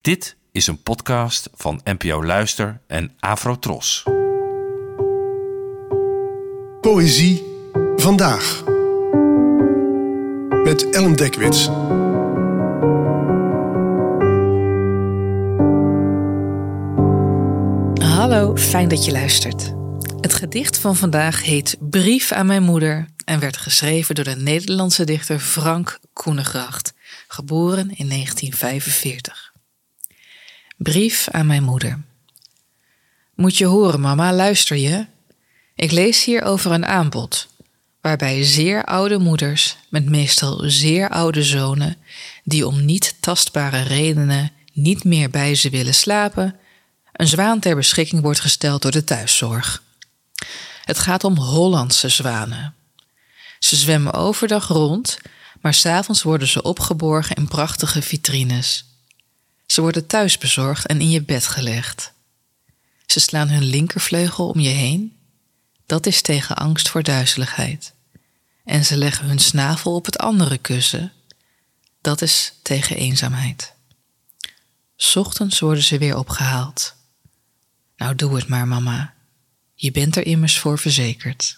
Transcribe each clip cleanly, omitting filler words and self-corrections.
Dit is een podcast van NPO Luister en Afrotros. Poëzie vandaag. Met Ellen Dekwits. Hallo, fijn dat je luistert. Het gedicht van vandaag heet Brief aan mijn moeder en werd geschreven door de Nederlandse dichter Frank Koenegracht, geboren in 1945. Brief aan mijn moeder. Moet je horen, mama, luister je? Ik lees hier over een aanbod, waarbij zeer oude moeders met meestal zeer oude zonen, die om niet tastbare redenen niet meer bij ze willen slapen, een zwaan ter beschikking wordt gesteld door de thuiszorg. Het gaat om Hollandse zwanen. Ze zwemmen overdag rond, maar 's avonds worden ze opgeborgen in prachtige vitrines. Ze worden thuis bezorgd en in je bed gelegd. Ze slaan hun linkervleugel om je heen. Dat is tegen angst voor duizeligheid. En ze leggen hun snavel op het andere kussen. Dat is tegen eenzaamheid. 's Ochtends worden ze weer opgehaald. Nou, doe het maar, mama. Je bent er immers voor verzekerd.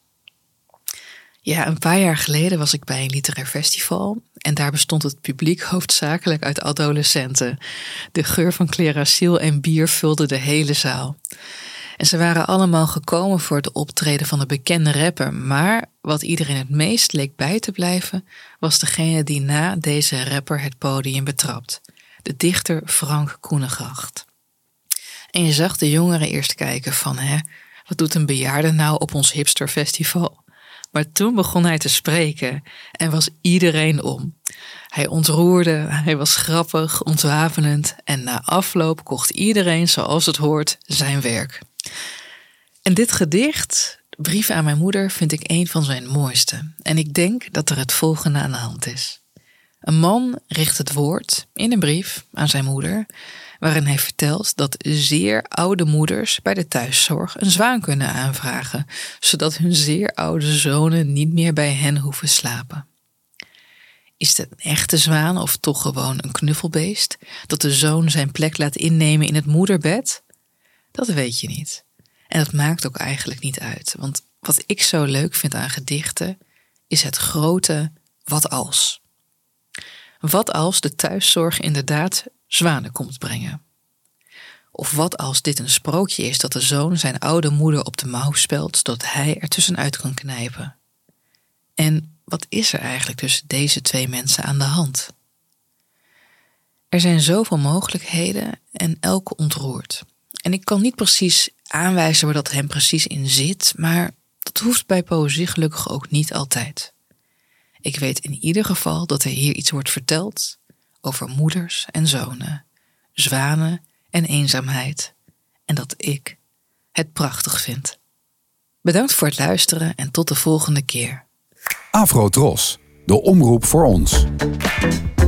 Ja, een paar jaar geleden was ik bij een literair festival en daar bestond het publiek hoofdzakelijk uit adolescenten. De geur van klerasiel en bier vulde de hele zaal. En ze waren allemaal gekomen voor het optreden van de bekende rapper, maar wat iedereen het meest leek bij te blijven, was degene die na deze rapper het podium betrapt. De dichter Frank Koenegracht. En je zag de jongeren eerst kijken van, wat doet een bejaarde nou op ons hipsterfestival? Maar toen begon hij te spreken en was iedereen om. Hij ontroerde, hij was grappig, ontwapenend en na afloop kocht iedereen, zoals het hoort, zijn werk. En dit gedicht, Brief aan mijn moeder, vind ik een van zijn mooiste. En ik denk dat er het volgende aan de hand is. Een man richt het woord in een brief aan zijn moeder, waarin hij vertelt dat zeer oude moeders bij de thuiszorg een zwaan kunnen aanvragen, zodat hun zeer oude zonen niet meer bij hen hoeven slapen. Is het een echte zwaan of toch gewoon een knuffelbeest, dat de zoon zijn plek laat innemen in het moederbed? Dat weet je niet. En dat maakt ook eigenlijk niet uit, want wat ik zo leuk vind aan gedichten, is het grote wat als. Wat als de thuiszorg inderdaad zwanen komt brengen? Of wat als dit een sprookje is dat de zoon zijn oude moeder op de mouw spelt, zodat hij er tussenuit kan knijpen? En wat is er eigenlijk tussen deze twee mensen aan de hand? Er zijn zoveel mogelijkheden en elke ontroert. En ik kan niet precies aanwijzen waar dat hem precies in zit, maar dat hoeft bij poëzie gelukkig ook niet altijd. Ik weet in ieder geval dat er hier iets wordt verteld over moeders en zonen, zwanen en eenzaamheid, en dat ik het prachtig vind. Bedankt voor het luisteren en tot de volgende keer. Afrotros, de omroep voor ons.